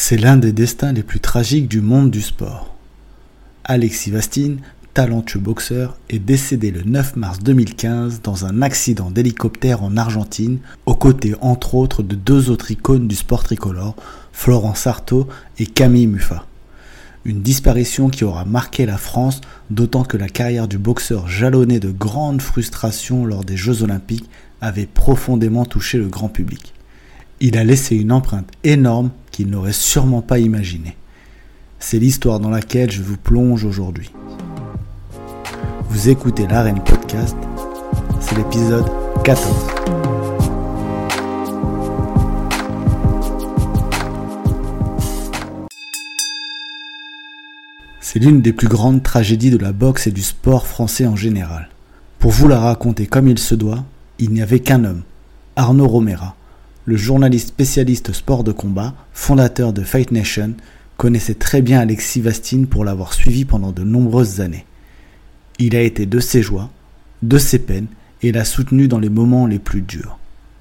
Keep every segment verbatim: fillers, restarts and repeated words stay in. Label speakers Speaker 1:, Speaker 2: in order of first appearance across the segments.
Speaker 1: C'est l'un des destins les plus tragiques du monde du sport. Alexis Vastine, talentueux boxeur, est décédé le neuf mars deux mille quinze dans un accident d'hélicoptère en Argentine, aux côtés entre autres de deux autres icônes du sport tricolore, Florence Artaud et Camille Muffat. Une disparition qui aura marqué la France, d'autant que la carrière du boxeur jalonnée de grandes frustrations lors des Jeux Olympiques avait profondément touché le grand public. Il a laissé une empreinte énorme qu'il n'aurait sûrement pas imaginée. C'est l'histoire dans laquelle je vous plonge aujourd'hui. Vous écoutez l'Arène Podcast, c'est l'épisode quatorze. C'est l'une des plus grandes tragédies de la boxe et du sport français en général. Pour vous la raconter comme il se doit, il n'y avait qu'un homme, Arnaud Romera. Le journaliste spécialiste sport de combat, fondateur de Fight Nation, connaissait très bien Alexis Vastine pour l'avoir suivi pendant de nombreuses années. Il a été de ses joies, de ses peines et l'a soutenu dans les moments les plus durs.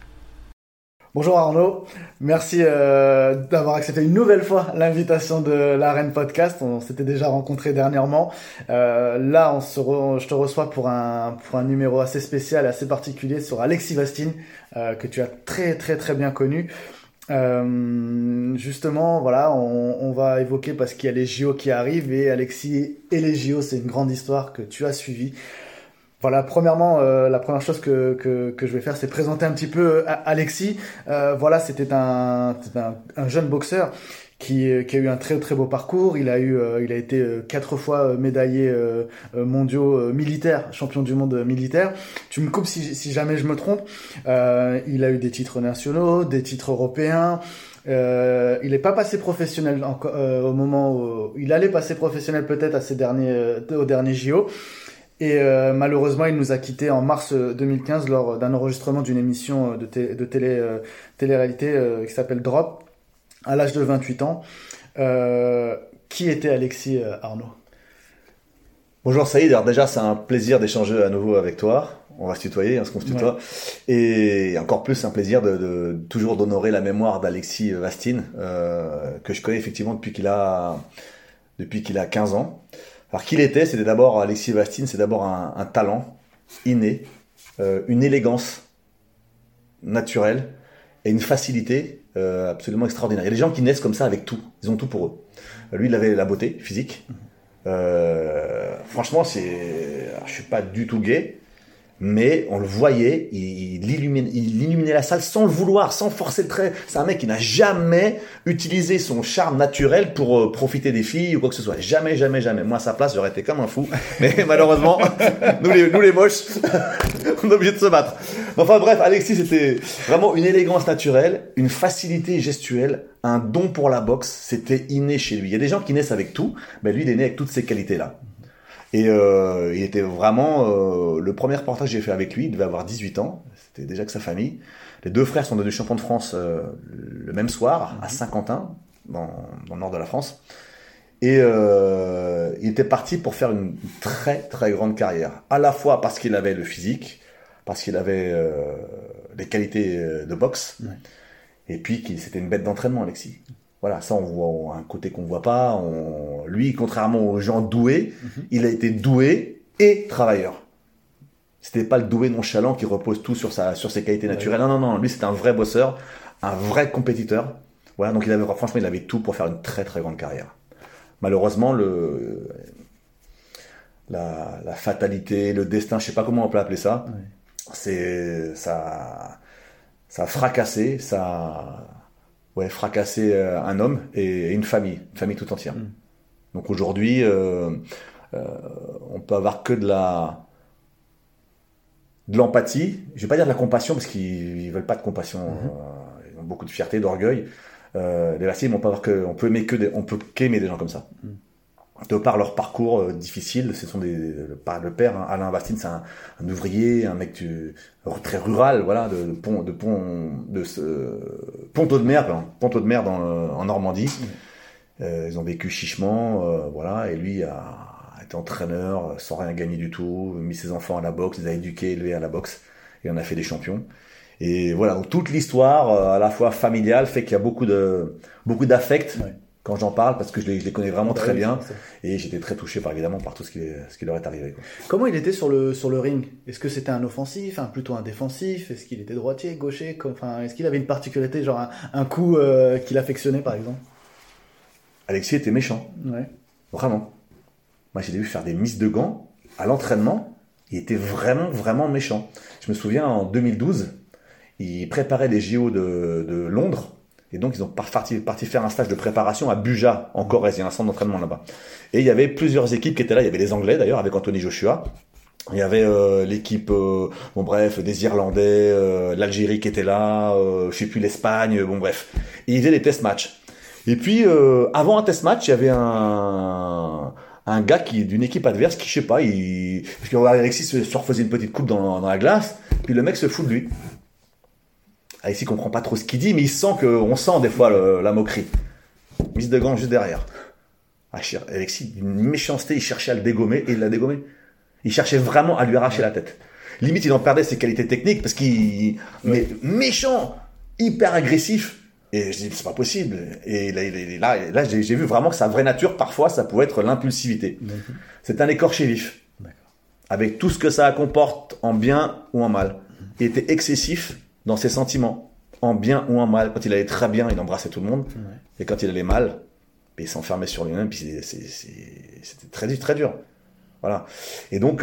Speaker 2: Bonjour Arnaud, merci euh, d'avoir accepté une nouvelle fois l'invitation de l'Arène Podcast. On s'était déjà rencontrés dernièrement. Euh, là, on se re- je te reçois pour un pour un numéro assez spécial, assez particulier sur Alexis Vastine, euh, que tu as très très très bien connu. Euh, justement, voilà, on, on va évoquer parce qu'il y a les J O qui arrivent et Alexis et les J O, c'est une grande histoire que tu as suivie. Voilà, premièrement, euh, la première chose que, que que je vais faire, c'est présenter un petit peu Alexis. Euh, voilà, c'était un, c'était un un jeune boxeur qui qui a eu un très très beau parcours. Il a eu, euh, il a été euh, quatre fois médaillé euh, mondiaux euh, militaires, champion du monde militaire. Tu me coupes si si jamais je me trompe. Euh, il a eu des titres nationaux, des titres européens. Euh, il n'est pas passé professionnel encore, euh, au moment où il allait passer professionnel peut-être à ces derniers euh, aux derniers J O. Et euh, malheureusement, il nous a quittés en mars deux mille quinze lors d'un enregistrement d'une émission de, té- de télé, euh, télé-réalité euh, qui s'appelle Drop, à l'âge de vingt-huit ans. Euh, qui était Alexis euh, Arnaud ?
Speaker 3: Bonjour Saïd, alors déjà c'est un plaisir d'échanger à nouveau avec toi. On va se tutoyer, hein, ce qu'on se tutoie. Ouais. Et encore plus, c'est un plaisir de, de toujours d'honorer la mémoire d'Alexis Vastine, euh, que je connais effectivement depuis qu'il a, depuis qu'il a quinze ans. Alors qu'il était, c'était d'abord, Alexis Vastine, c'est d'abord un, un talent inné, euh, une élégance naturelle et une facilité euh, absolument extraordinaire. Il y a des gens qui naissent comme ça avec tout, ils ont tout pour eux. Lui, il avait la beauté physique. Euh, franchement, c'est, alors, je suis pas du tout gay, mais on le voyait, il, il, illuminait, il illuminait la salle sans le vouloir, sans forcer le trait. C'est un mec qui n'a jamais utilisé son charme naturel pour euh, profiter des filles ou quoi que ce soit. Jamais, jamais, jamais. Moi, à sa place, j'aurais été comme un fou. Mais malheureusement, nous, les, nous les moches, on est obligé de se battre. Enfin bref, Alexis, c'était vraiment une élégance naturelle, une facilité gestuelle, un don pour la boxe. C'était inné chez lui. Il y a des gens qui naissent avec tout, mais lui, il est né avec toutes ces qualités-là. Et euh, il était vraiment euh, le premier reportage que j'ai fait avec lui. Il devait avoir dix-huit ans. C'était déjà que sa famille. Les deux frères sont devenus champions de France euh, le même soir à Saint-Quentin, dans, dans le nord de la France. Et euh, il était parti pour faire une très très grande carrière. À la fois parce qu'il avait le physique, parce qu'il avait euh, les qualités de boxe, ouais. Et puis qu'il c'était une bête d'entraînement, Alexis. Voilà, ça on voit un côté qu'on voit pas. On... Lui, contrairement aux gens doués, mm-hmm. il a été doué et travailleur. C'était pas le doué nonchalant qui repose tout sur sa sur ses qualités naturelles. Ouais. Non, non, non. Lui, c'était un vrai bosseur, un vrai compétiteur. Voilà, donc il avait franchement, il avait tout pour faire une très très grande carrière. Malheureusement, le la, la fatalité, le destin, je sais pas comment on peut appeler ça. Ouais. C'est ça, ça a fracassé, ça. Ouais, fracasser euh, un homme et une famille, une famille tout entière. Mmh. Donc aujourd'hui, euh, euh, on peut avoir que de la de l'empathie. Je vais pas dire de la compassion parce qu'ils ils veulent pas de compassion. Mmh. Euh, ils ont beaucoup de fierté, d'orgueil. Euh, les Vastimes, on peut avoir que, on peut aimer que, des, on peut qu'aimer des gens comme ça. Mmh. De par leur parcours euh, difficile, ce sont des le, le père hein, Alain Vastine, c'est un, un ouvrier, un mec du, très rural, voilà, de, de pont de pont de ce Ponto de Mer, pardon, Ponto de Mer dans en Normandie. Mmh. Euh, ils ont vécu chichement, euh, voilà, et lui a été entraîneur sans rien gagner du tout, mis ses enfants à la boxe, les a éduqués, élevés à la boxe, et on a fait des champions. Et voilà, donc toute l'histoire, euh, à la fois familiale, fait qu'il y a beaucoup de beaucoup d'affect ouais. quand j'en parle, parce que je les, je les connais vraiment bah, très oui, bien. Et j'étais très touché, par évidemment, par tout ce qui, ce qui leur est arrivé. Quoi.
Speaker 2: Comment il était sur le sur le ring? Est-ce que c'était un offensif, un plutôt un défensif? Est-ce qu'il était droitier, gaucher? Comme, enfin, est-ce qu'il avait une particularité, genre un, un coup euh, qu'il affectionnait, par exemple?
Speaker 3: Alexis était méchant.
Speaker 2: Ouais.
Speaker 3: Vraiment. Moi, j'ai vu faire des mises de gants à l'entraînement. Il était vraiment, vraiment méchant. Je me souviens, en deux mille douze, ils préparaient les J O de, de Londres. Et donc, ils ont parti, parti faire un stage de préparation à Buja, en Corrèze. Il y a un centre d'entraînement là-bas. Et il y avait plusieurs équipes qui étaient là. Il y avait les Anglais, d'ailleurs, avec Anthony Joshua. Il y avait euh, l'équipe, euh, bon bref, des Irlandais, euh, l'Algérie qui était là, euh, je sais plus, l'Espagne, bon bref. Et ils faisaient des test matchs. Et puis, euh, avant un test match, il y avait un... un gars qui d'une équipe adverse qui, je sais pas, il... parce qu'Alexis se, se refaisait une petite coupe dans, dans la glace, puis le mec se fout de lui. Alexis comprend pas trop ce qu'il dit, mais il sent que, on sent des fois le, la moquerie. Mise de gants juste derrière. Ah, Alexis, une méchanceté, il cherchait à le dégommer, et il l'a dégommé. Il cherchait vraiment à lui arracher la tête. Limite, il en perdait ses qualités techniques, parce qu'il... Mais méchant, hyper agressif. Et je dis, c'est pas possible. Et là, là, là j'ai, j'ai vu vraiment que sa vraie nature, parfois, ça pouvait être l'impulsivité. D'accord. C'est un écorché vif. D'accord. Avec tout ce que ça comporte en bien ou en mal. Il était excessif dans ses sentiments, en bien ou en mal. Quand il allait très bien, il embrassait tout le monde. Ouais. Et quand il allait mal, il s'enfermait sur lui-même. Puis c'est, c'est, c'est, c'était très, très dur. Voilà. Et donc,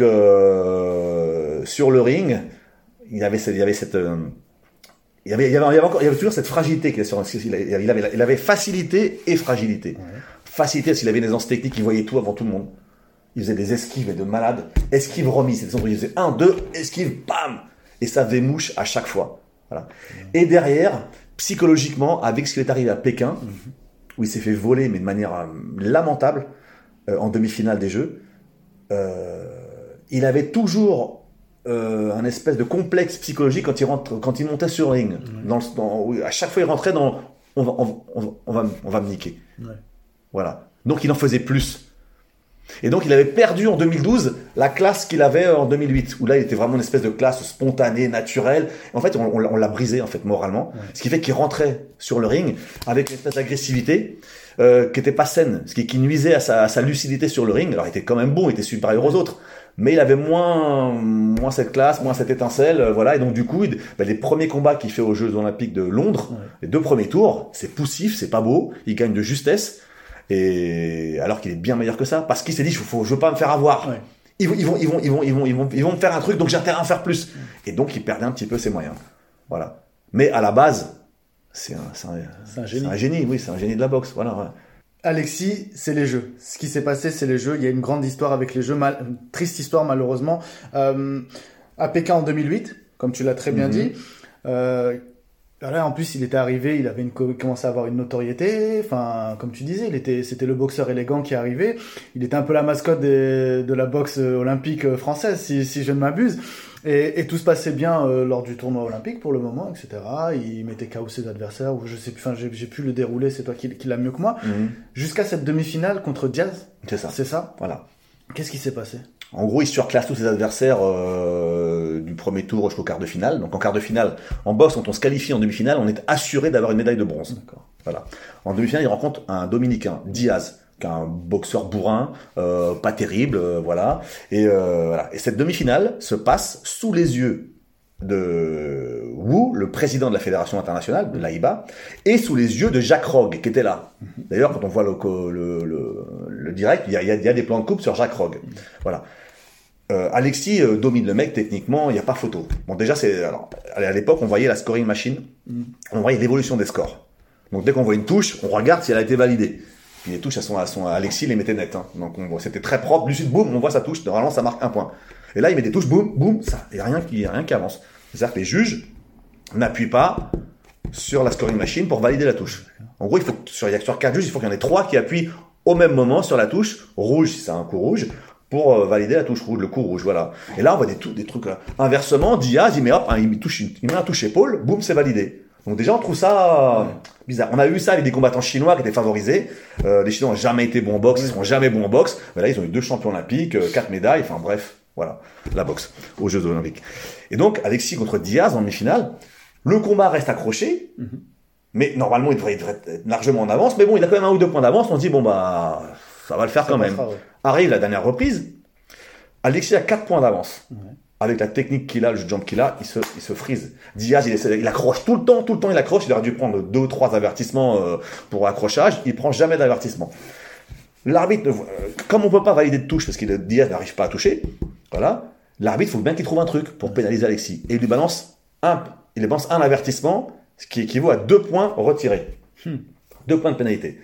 Speaker 3: euh, sur le ring, il y avait, il y avait cette... Euh, Il y, avait, il, y avait, il, y avait encore, il y avait toujours cette fragilité qu'il avait, il avait, il avait facilité et fragilité. Ouais. Facilité parce qu'il avait une aisance technique, il voyait tout avant tout le monde. Il faisait des esquives et de malade. Esquive remise, c'est il faisait un, deux, esquive, bam! Et ça faisait mouche à chaque fois. Voilà. Ouais. Et derrière, psychologiquement, avec ce qui est arrivé à Pékin, mm-hmm. où il s'est fait voler, mais de manière euh, lamentable, euh, en demi-finale des Jeux, euh, il avait toujours... Euh, un espèce de complexe psychologique quand il rentre, quand il montait sur le ring. Mmh. Dans le, dans, à chaque fois, il rentrait dans on va, on, on, on va, on va me niquer. Ouais. Voilà. Donc, il en faisait plus. Et donc, il avait perdu en deux mille douze la classe qu'il avait en deux mille huit, où là, il était vraiment une espèce de classe spontanée, naturelle. En fait, on, on, on l'a brisé en fait moralement, ouais. Ce qui fait qu'il rentrait sur le ring avec une espèce d'agressivité euh, qui était pas saine, ce qui, qui nuisait à sa, à sa lucidité sur le ring. Alors, il était quand même bon, il était supérieur aux autres. Mais il avait moins, moins cette classe, moins cette étincelle, euh, voilà. Et donc, du coup, il, bah, les premiers combats qu'il fait aux Jeux Olympiques de Londres, ouais. Les deux premiers tours, c'est poussif, c'est pas beau, il gagne de justesse. Et alors qu'il est bien meilleur que ça, parce qu'il s'est dit, je, faut, je veux pas me faire avoir. Ouais. Ils, ils vont, ils vont, ils vont, ils vont, ils vont, ils vont me faire un truc, donc j'ai intérêt à en faire plus. Ouais. Et donc, il perdait un petit peu ses moyens. Voilà. Mais à la base, c'est un, c'est un,
Speaker 2: c'est un génie.
Speaker 3: C'est un génie, oui, c'est un génie de la boxe, voilà. Ouais.
Speaker 2: Alexis, c'est les Jeux. Ce qui s'est passé, c'est les Jeux. Il y a une grande histoire avec les Jeux, mal... une triste histoire malheureusement. Euh, à Pékin en deux mille huit, comme tu l'as très bien mm-hmm. dit. Euh, là, en plus, il était arrivé, il avait une... il commençait à avoir une notoriété. Enfin, comme tu disais, il était, c'était le boxeur élégant qui est arrivé. Il était un peu la mascotte des... de la boxe olympique française, si, si je ne m'abuse. Et, et tout se passait bien euh, lors du tournoi olympique pour le moment, et cetera. Il mettait K O ses adversaires, ou je sais plus, enfin, j'ai, j'ai pu le dérouler, c'est toi qui, qui l'as mieux que moi. Mmh. Jusqu'à cette demi-finale contre Diaz.
Speaker 3: C'est ça.
Speaker 2: C'est ça.
Speaker 3: Voilà.
Speaker 2: Qu'est-ce qui s'est passé?
Speaker 3: En gros, il surclasse tous ses adversaires euh, du premier tour jusqu'au quart de finale. Donc en quart de finale, en boxe, quand on se qualifie en demi-finale, on est assuré d'avoir une médaille de bronze.
Speaker 2: D'accord.
Speaker 3: Voilà. En demi-finale, il rencontre un Dominicain, Diaz, qui est un boxeur bourrin, euh, pas terrible, euh, voilà. Et euh, voilà. Et cette demi-finale se passe sous les yeux de Wu, le président de la Fédération internationale, de l'A I B A, et sous les yeux de Jacques Rogge, qui était là. D'ailleurs, quand on voit le, le, le, le direct, il y, a, il y a des plans de coupe sur Jacques Rogge. Voilà. Euh, Alexis euh, domine le mec techniquement, il n'y a pas photo. Bon, déjà, c'est alors à l'époque, on voyait la scoring machine, on voyait l'évolution des scores. Donc, dès qu'on voit une touche, on regarde si elle a été validée. Puis les touches, elles sont, elles sont, Alexis les mettait nettes. Hein. Donc, on, c'était très propre. Lucide, boum, on voit sa touche. Normalement, ça marque un point. Et là, il met des touches, boum, boum, ça. Il n'y a rien qui, rien qui avance. C'est-à-dire que les juges n'appuient pas sur la scoring machine pour valider la touche. En gros, il faut, sur, sur quatre juges, il faut qu'il y en ait trois qui appuient au même moment sur la touche rouge, si c'est un coup rouge, pour euh, valider la touche rouge, le coup rouge, voilà. Et là, on voit des, des trucs, là. Inversement, Diaz, il met hop, hein, il met touche, il met un touche épaule, boum, c'est validé. Donc déjà, on trouve ça ouais. bizarre. On a vu ça avec des combattants chinois qui étaient favorisés. Euh, les Chinois n'ont jamais été bons en boxe, ouais. Ils seront jamais bons en boxe. Mais là, ils ont eu deux champions olympiques, euh, quatre médailles, enfin bref, voilà, la boxe aux Jeux Olympiques. Et donc, Alexis contre Diaz en demi-finale, Le combat reste accroché,
Speaker 2: Mhm.
Speaker 3: mais normalement, il devrait, il devrait être largement en avance. Mais bon, il a quand même un ou deux points d'avance. On se dit, bon, bah, ça va le faire
Speaker 2: Ça
Speaker 3: quand
Speaker 2: passera,
Speaker 3: même.
Speaker 2: ouais.
Speaker 3: Arrive la dernière reprise. Alexis a quatre points d'avance.
Speaker 2: Ouais.
Speaker 3: Avec la technique qu'il a, le jump qu'il a, il se, il se freeze. Diaz, il, essaie, il accroche tout le temps, tout le temps, il accroche. Il aurait dû prendre deux ou trois avertissements euh, pour accrochage. Il prend jamais d'avertissement. L'arbitre, euh, comme on peut pas valider de touche parce que Diaz n'arrive pas à toucher, voilà. L'arbitre, il faut bien qu'il trouve un truc pour pénaliser Alexis. Et il lui balance un, il lui balance un avertissement, ce qui équivaut à deux points retirés.
Speaker 2: Hmm.
Speaker 3: Deux points de pénalité.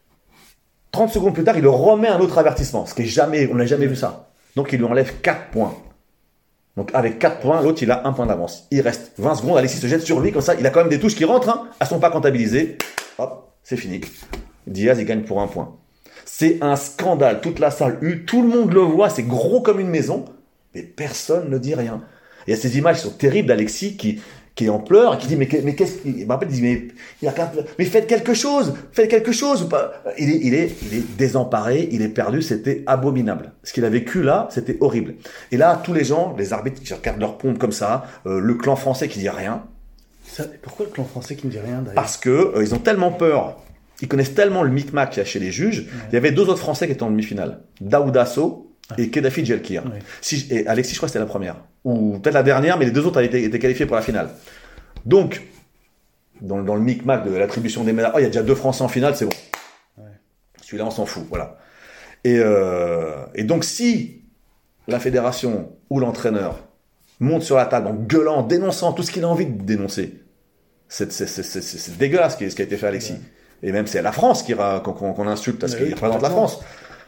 Speaker 3: trente secondes plus tard, il lui remet un autre avertissement, ce qui est jamais, on n'a jamais vu ça. Donc il lui enlève quatre points. Donc avec quatre points, l'autre il a un point d'avance. Il reste vingt secondes, Alexis se jette sur lui, comme ça, il a quand même des touches qui rentrent, hein, elles sont pas comptabilisées. Hop, c'est fini. Diaz, il gagne pour un point. C'est un scandale, toute la salle hue, tout le monde le voit, c'est gros comme une maison, mais personne ne dit rien. Il y a ces images qui sont terribles d'Alexis qui, qui est en pleurs, qui dit mais, mais qu'est-ce qu'il, il m'appelle, il dit mais, il a, mais faites quelque chose, faites quelque chose ou pas. Il est, il est, il est désemparé, il est perdu, c'était abominable. Ce qu'il a vécu là, c'était horrible. Et là, tous les gens, les arbitres qui regardent leur pompe comme ça, euh, le clan français qui dit rien.
Speaker 2: Ça, pourquoi le clan français qui ne dit rien d'ailleurs?
Speaker 3: Parce que euh, ils ont tellement peur, ils connaissent tellement le micmac qu'il y a chez les juges. Ouais. Il y avait deux autres Français qui étaient en demi-finale, Daouda Sow et Kedafi Djelkir. Ouais. Si, et Alexis, je crois que c'était la première. Ou peut-être la dernière, mais les deux autres avaient été, été qualifiés pour la finale. Donc, dans, dans le micmac de l'attribution des médailles, oh, il y a déjà deux Français en finale, c'est bon. Ouais. Celui-là, on s'en fout, voilà. Et, euh, et donc, si la fédération ou l'entraîneur monte sur la table en gueulant, en dénonçant tout ce qu'il a envie de dénoncer, c'est, c'est, c'est, c'est, c'est dégueulasse ce qui a été fait à Alexis. Ouais. Et même c'est la France qui, qu'on, qu'on insulte parce qu'il représente la France.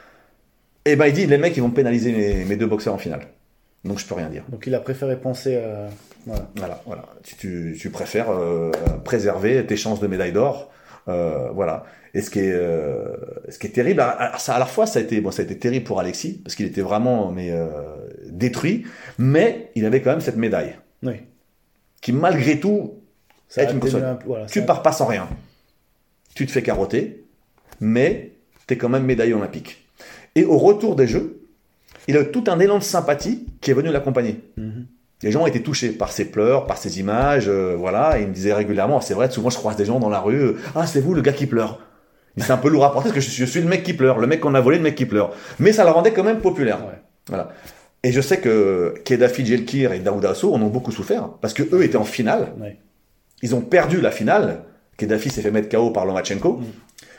Speaker 3: Et ben il dit les mecs ils vont pénaliser mes, mes deux boxeurs en finale. Donc je peux rien dire.
Speaker 2: Donc il a préféré penser à...
Speaker 3: Voilà, voilà. voilà. Tu, tu, tu préfères euh, préserver tes chances de médaille d'or. Euh, voilà. Et ce qui est, euh, ce qui est terrible, alors ça, à la fois ça a été, bon, ça a été terrible pour Alexis parce qu'il était vraiment mais euh, détruit, mais il avait quand même cette médaille.
Speaker 2: Oui.
Speaker 3: Qui malgré tout
Speaker 2: ça
Speaker 3: est une console. Voilà, tu pars pas sans rien. Tu te fais carotter, mais tu es quand même médaillé olympique. Et au retour des Jeux, il a eu tout un élan de sympathie qui est venu l'accompagner. Mm-hmm. Les gens étaient touchés par ses pleurs, par ses images, euh, voilà, et il me disait régulièrement, c'est vrai, souvent je croise des gens dans la rue, euh, ah c'est vous le gars qui pleure. C'est un peu lourd à porter parce que je suis, je suis le mec qui pleure, le mec qu'on a volé, le mec qui pleure. Mais ça le rendait quand même populaire. Ouais. Voilà. Et je sais que Kedafi Djelkir et Daouda Sow en ont beaucoup souffert parce que eux étaient en finale. Ouais. Ils ont perdu la finale. Kedafi s'est fait mettre K O par Lomachenko. Mmh.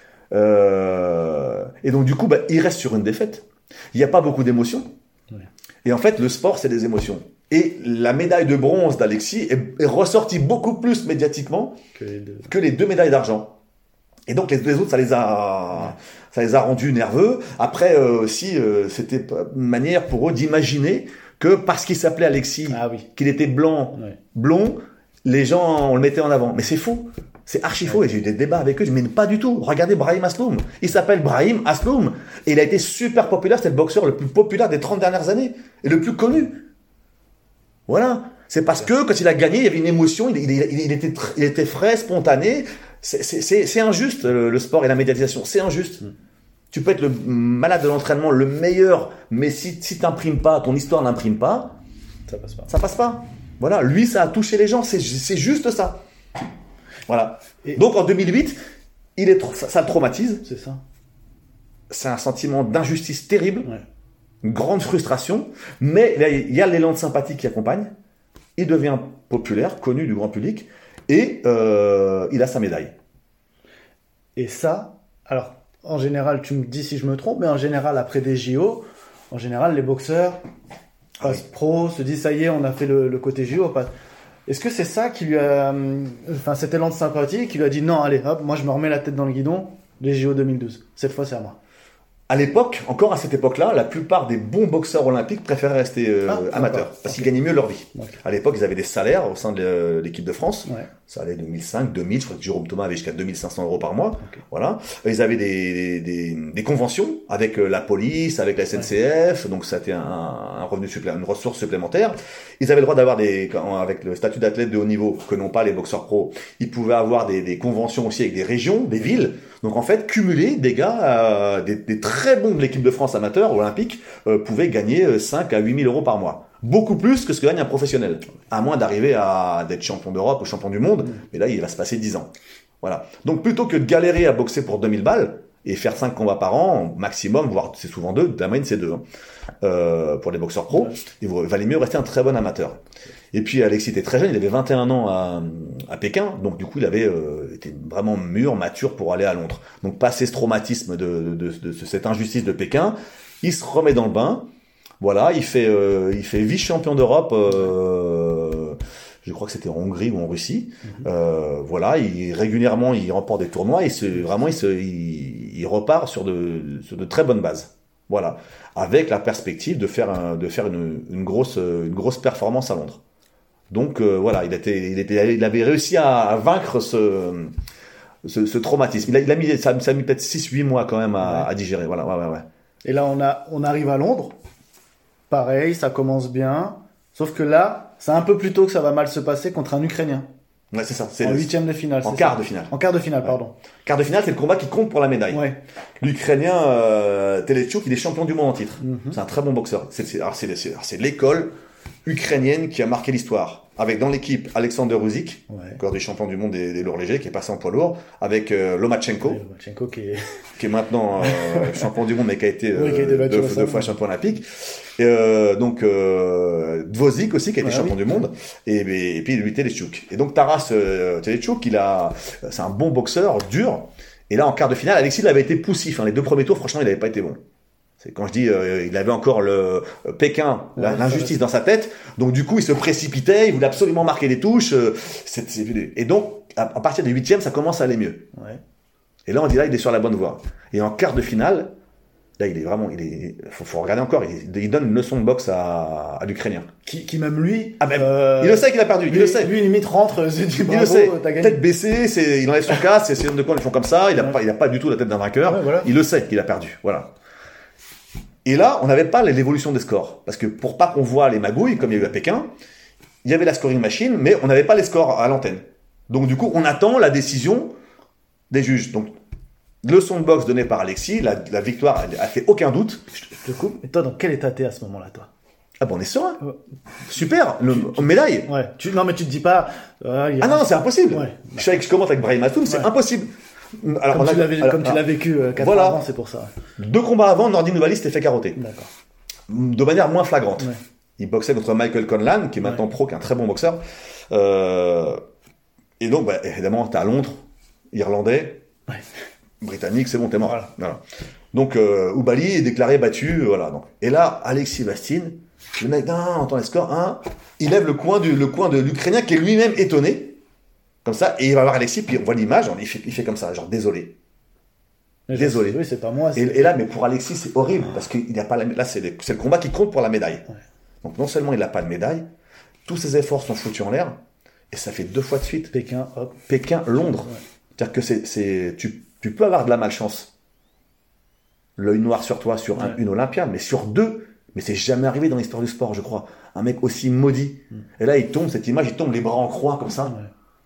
Speaker 3: Euh, et donc, du coup, bah, il reste sur une défaite. Il n'y a pas beaucoup d'émotions. Ouais. Et en fait, le sport, c'est des émotions. Et la médaille de bronze d'Alexis est, est ressortie beaucoup plus médiatiquement que les deux, que les deux médailles d'argent. Et donc, les deux autres, ça les a, ouais. ça les a rendus nerveux. Après, euh, aussi, euh, c'était une manière pour eux d'imaginer que parce qu'il s'appelait Alexis,
Speaker 2: ah, oui.
Speaker 3: qu'il était blanc, ouais. blond, les gens, on le mettait en avant. Mais c'est faux. C'est archi faux. Ouais. Et j'ai eu des débats avec eux. Je dis, mais pas du tout. Regardez Brahim Asloum. Il s'appelle Brahim Asloum. Et il a été super populaire. C'était le boxeur le plus populaire des trente dernières années. Et le plus connu. Voilà. C'est parce ouais. que quand il a gagné, il y avait une émotion. Il, il, il, il, était, il était frais, spontané. C'est, c'est, c'est, c'est injuste, le, le sport et la médiatisation. C'est injuste. Mm. Tu peux être le malade de l'entraînement, le meilleur. Mais si, si t'imprimes pas, ton histoire n'imprime pas,
Speaker 2: ça passe pas.
Speaker 3: Ça passe pas. Voilà, lui, ça a touché les gens, c'est, c'est juste ça. Voilà. Et donc, en deux mille huit, il est, ça, ça le traumatise.
Speaker 2: C'est ça.
Speaker 3: C'est un sentiment d'injustice terrible, ouais. Une grande frustration, mais il y a l'élan de sympathie qui accompagne. Il devient populaire, connu du grand public, et euh, il a sa médaille.
Speaker 2: Et ça, alors, en général, tu me dis si je me trompe, mais en général, après des J O, en général, les boxeurs passe oui. pro, se dit ça y est, on a fait le, le côté J O. Est-ce que c'est ça qui lui a, enfin cet élan de sympathie qui lui a dit non, allez, hop, moi je me remets la tête dans le guidon, les J O deux mille douze. Cette fois c'est à moi.
Speaker 3: À l'époque, encore à cette époque-là, la plupart des bons boxeurs olympiques préféraient rester euh, ah, amateurs parce okay. qu'ils gagnaient mieux leur vie. Okay. À l'époque, ils avaient des salaires au sein de l'équipe de France. Ouais. Ça allait de mille cinq, deux mille. Je crois que Jérôme Thomas avait jusqu'à deux mille cinq cents euros par mois. Okay. Voilà. Ils avaient des, des, des, des conventions avec la police, avec la S N C F. Ouais. Donc, ça a été un, un revenu supplémentaire, une ressource supplémentaire. Ils avaient le droit d'avoir des, avec le statut d'athlète de haut niveau que n'ont pas les boxeurs pros. Ils pouvaient avoir des, des conventions aussi avec des régions, des villes. Donc en fait, cumuler des gars, euh, des, des très bons de l'équipe de France amateur olympique euh, pouvaient gagner cinq à huit mille euros par mois. beaucoup plus que ce que gagne un professionnel, à moins d'arriver à d'être champion d'Europe ou champion du monde, mais là il va se passer dix ans. Voilà. Donc plutôt que de galérer à boxer pour deux mille balles et faire cinq combats par an maximum, voire c'est souvent deux, la moyenne c'est deux, hein, euh, pour les boxeurs pros, il valait mieux rester un très bon amateur. Et puis Alexis était très jeune, il avait vingt et un ans à, à Pékin, donc du coup il avait euh, été vraiment mûr, mature pour aller à Londres. Donc passer ce traumatisme de, de, de, de, de cette injustice de Pékin, il se remet dans le bain. Voilà, il fait euh, il fait vice-champion d'Europe. Euh, je crois que c'était en Hongrie ou en Russie. Mm-hmm. Euh, voilà, il régulièrement il remporte des tournois et se, vraiment il, se, il, il repart sur de sur de très bonnes bases. Voilà, avec la perspective de faire un, de faire une, une grosse une grosse performance à Londres. Donc euh, voilà, il était il était il avait réussi à, à vaincre ce ce, ce traumatisme. Il a, il a mis ça, ça a mis peut-être six huit mois quand même à, ouais. à digérer. Voilà, ouais ouais ouais.
Speaker 2: Et là on a on arrive à Londres. Pareil, ça commence bien. Sauf que là, c'est un peu plus tôt que ça va mal se passer contre un Ukrainien.
Speaker 3: Ouais, c'est ça. C'est
Speaker 2: en
Speaker 3: le...
Speaker 2: huitième de finale.
Speaker 3: En quart
Speaker 2: ça.
Speaker 3: de finale.
Speaker 2: En quart de finale, ouais. pardon.
Speaker 3: Quart de finale, c'est le combat qui compte pour la médaille.
Speaker 2: Ouais.
Speaker 3: L'Ukrainien euh, Telechuk, il est champion du monde en titre.
Speaker 2: Mm-hmm.
Speaker 3: C'est un très bon boxeur. C'est, c'est, alors c'est, c'est, alors c'est l'école ukrainienne qui a marqué l'histoire. Avec dans l'équipe Alexander Usyk,
Speaker 2: ouais.
Speaker 3: encore des champions du monde des, des lourds légers, qui est passé en poids lourd, avec euh, Lomachenko,
Speaker 2: ouais, Lomachenko qui est
Speaker 3: qui est maintenant euh, champion du monde, mais qui a été, euh,
Speaker 2: oui, qui a été
Speaker 3: deux, deux fois champion olympique. Et, euh, donc euh, Dvořák aussi, qui a été ouais, champion oui. du monde, et, et, et puis lui Telechuk. Et donc Taras euh, Telechuk, il a, c'est un bon boxeur, dur. Et là, en quart de finale, Alexis il avait été poussif. Hein. Les deux premiers tours, franchement, il n'avait pas été bon. C'est quand je dis, euh, il avait encore le euh, Pékin, ouais, l'injustice dans sa tête. Donc du coup, il se précipitait, il voulait absolument marquer les touches. Euh, c'est, c'est... Et donc, à, à partir des huitièmes, ça commence à aller mieux.
Speaker 2: Ouais.
Speaker 3: Et là, on dit là, il est sur la bonne voie. Et en quart de finale, là, il est vraiment, il est, faut, faut regarder encore. Il, il donne une leçon de boxe à, à l'Ukrainien.
Speaker 2: Qui, qui même lui,
Speaker 3: ah ben, euh, il le sait qu'il a perdu.
Speaker 2: Lui,
Speaker 3: il le sait.
Speaker 2: Lui, limite rentre, se dit bravo,
Speaker 3: il le sait.
Speaker 2: T'as gagné.
Speaker 3: Tête baissée, c'est, il enlève son casque, c'est, c'est de quoi ils font comme ça. Il a ouais. pas, il a pas du tout la tête d'un vainqueur.
Speaker 2: Ouais, voilà.
Speaker 3: Il le sait qu'il a perdu. Voilà. Et là, on n'avait pas l'évolution des scores. Parce que pour pas qu'on voit les magouilles, comme il y a eu à Pékin, il y avait la scoring machine, mais on n'avait pas les scores à l'antenne. Donc du coup, on attend la décision des juges. Donc, leçon de boxe donnée par Alexis, la, la victoire, elle a fait aucun doute.
Speaker 2: Je te coupe. Et toi, dans quel état t'es à ce moment-là, toi ?
Speaker 3: Ah bon, on est serein. Ouais. Super, le, tu, médaille.
Speaker 2: Ouais. Tu, non, mais tu te dis pas...
Speaker 3: Euh, ah non, c'est impossible.
Speaker 2: Ouais.
Speaker 3: Je sais que je commente avec Brahim Assoum, c'est ouais. impossible.
Speaker 2: Alors, comme, tu, a, alors, comme alors, tu l'as vécu euh, quatre voilà. ans avant, c'est pour ça.
Speaker 3: Deux combats avant, Nordin Ouvaly s'était fait carotter.
Speaker 2: D'accord.
Speaker 3: De manière moins flagrante.
Speaker 2: Ouais.
Speaker 3: Il boxait contre Michael Conlan, qui est maintenant ouais. pro, qui est un très bon boxeur. Euh, et donc, bah, évidemment, t'es à Londres, Irlandais,
Speaker 2: ouais.
Speaker 3: Britannique, c'est bon, t'es mort. Voilà. Voilà. Donc, euh, Ouvaly est déclaré battu. Voilà. Donc. Et là, Alexis Vastine, le mec, non, on entend les scores, hein, il lève le coin, du, le coin de l'Ukrainien qui est lui-même étonné. Comme ça, et il va voir Alexis, puis on voit l'image, il fait, il fait comme ça, genre désolé.
Speaker 2: Mais
Speaker 3: désolé.
Speaker 2: Oui, c'est pas moi. C'est...
Speaker 3: Et, et là, mais pour Alexis, c'est horrible, parce qu'il n'y a pas la, là, c'est le, c'est le combat qui compte pour la médaille. Ouais. Donc non seulement il n'a pas de médaille, tous ses efforts sont foutus en l'air, et ça fait deux fois de suite.
Speaker 2: Pékin, hop.
Speaker 3: Pékin, Londres. Ouais. C'est-à-dire que c'est, c'est, tu, tu peux avoir de la malchance. L'œil noir sur toi, sur un, ouais. une Olympiade, mais sur deux, mais c'est jamais arrivé dans l'histoire du sport, je crois. Un mec aussi maudit. Mm. Et là, il tombe, cette image, il tombe les bras en croix, comme ça. Ouais.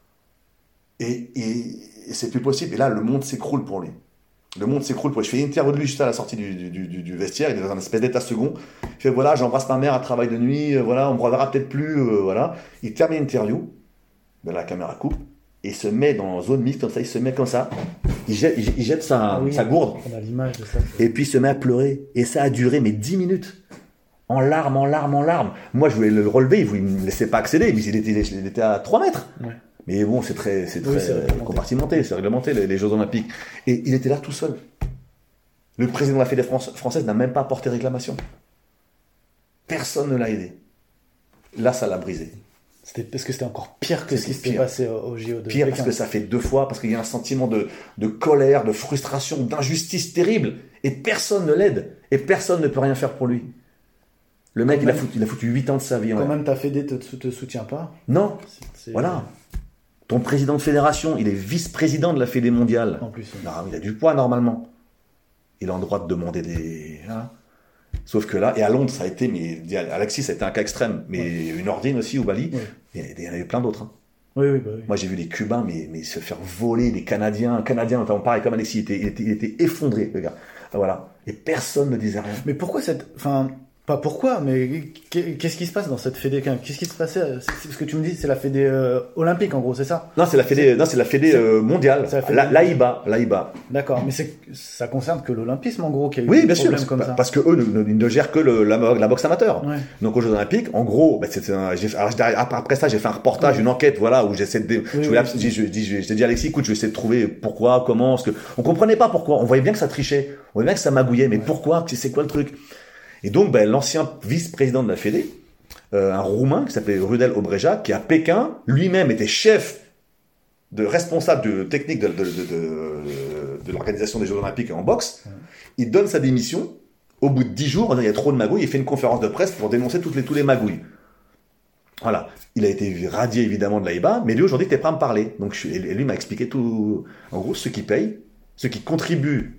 Speaker 3: Et, et, et c'est plus possible. Et là, le monde s'écroule pour lui. Le monde s'écroule pour lui. Je fais une interview de lui juste à la sortie du, du, du, du vestiaire. Il est dans un espèce d'état second. Il fait, voilà, j'embrasse ma mère à travail de nuit. Euh, voilà, on me reverra peut-être plus. Euh, voilà. Il termine l'interview. Ben, la caméra coupe. Et il se met dans zone mixte, comme ça. Il se met comme ça. Il jette, il, il jette sa, ah oui, sa gourde.
Speaker 2: On a l'image de ça.
Speaker 3: Et puis il se met à pleurer. Et ça a duré, mais dix minutes. En larmes, en larmes, en larmes. Moi, je voulais le relever. Il ne me laissait pas accéder. Mais il était, il était à trois mètres. Ouais. Mais bon, c'est très, c'est très oui, c'est réglementé. compartimenté, c'est réglementé, les, les Jeux Olympiques. Et il était là tout seul. Le président de la Fédération française n'a même pas porté réclamation. Personne ne l'a aidé. Là, ça l'a brisé.
Speaker 2: C'était parce que c'était encore pire que c'était ce qui s'était passé au, au J O de
Speaker 3: Pire
Speaker 2: Pékin.
Speaker 3: Parce que ça fait deux fois, parce qu'il y a un sentiment de, de colère, de frustration, d'injustice terrible. Et personne ne l'aide. Et personne ne peut rien faire pour lui. Le mec, il a, foutu, il a foutu huit ans de sa vie.
Speaker 2: Quand
Speaker 3: ouais.
Speaker 2: même, ta Fédé te, te soutient pas.
Speaker 3: Non.
Speaker 2: C'est, c'est...
Speaker 3: Voilà. Ton président de fédération, il est vice-président de la Fédé mondiale.
Speaker 2: En plus. Oui.
Speaker 3: Non, il a du poids normalement. Il a le droit de demander des. Hein. Sauf que là, et à Londres, ça a été, mais Alexis, ça a été un cas extrême. Mais ouais. une Nordin aussi, Ouvaly, ouais. il y en a eu plein d'autres. Hein.
Speaker 2: Oui, oui, bah oui.
Speaker 3: Moi, j'ai vu les Cubains, mais, mais se faire voler, les Canadiens, un Canadien, notamment pareil comme Alexis, il était, il était, il était effondré, le gars. Voilà. Et personne ne disait rien.
Speaker 2: Mais pourquoi cette. Enfin, Pas pourquoi, mais qu'est-ce qui se passe dans cette fédé? Qu'est-ce qui se passait? C'est ce que tu me dis, c'est la fédé euh, olympique en gros, c'est ça?
Speaker 3: Non, c'est la fédé, non, c'est la fédé euh, mondiale. La, l'A I B A, l'A I B A.
Speaker 2: D'accord, mais c'est, ça concerne que l'olympisme en gros qui a eu
Speaker 3: oui,
Speaker 2: des
Speaker 3: bien
Speaker 2: problèmes
Speaker 3: sûr,
Speaker 2: comme
Speaker 3: parce,
Speaker 2: ça.
Speaker 3: Parce que eux ne, ne, ne gèrent que le, la, la boxe amateur.
Speaker 2: Ouais.
Speaker 3: Donc aux Jeux Olympiques, en gros, bah, c'est un, j'ai, alors, après ça, j'ai fait un reportage, oui. une enquête, voilà, où j'essaie de, oui, je voulais, oui, je, je, je, je, je t'ai dit Alexis, écoute, je vais essayer de trouver pourquoi, comment, parce que on comprenait pas pourquoi. On voyait bien que ça trichait, on voyait bien que ça magouillait, mais ouais. pourquoi, c'est quoi le truc? Et donc, ben, l'ancien vice-président de la Fédé, euh, un Roumain qui s'appelait Rudel Obreja, qui à Pékin, lui-même était chef de responsable de technique de, de, de, de, de l'organisation des Jeux Olympiques en boxe, mmh. il donne sa démission. Au bout de dix jours, il y a trop de magouilles, il fait une conférence de presse pour dénoncer toutes les, tous les magouilles. Voilà. Il a été radié évidemment de l'A I B A, mais lui aujourd'hui, il n'était pas à me parler. Donc, je, et lui m'a expliqué tout. En gros, ceux qui payent, ceux qui contribuent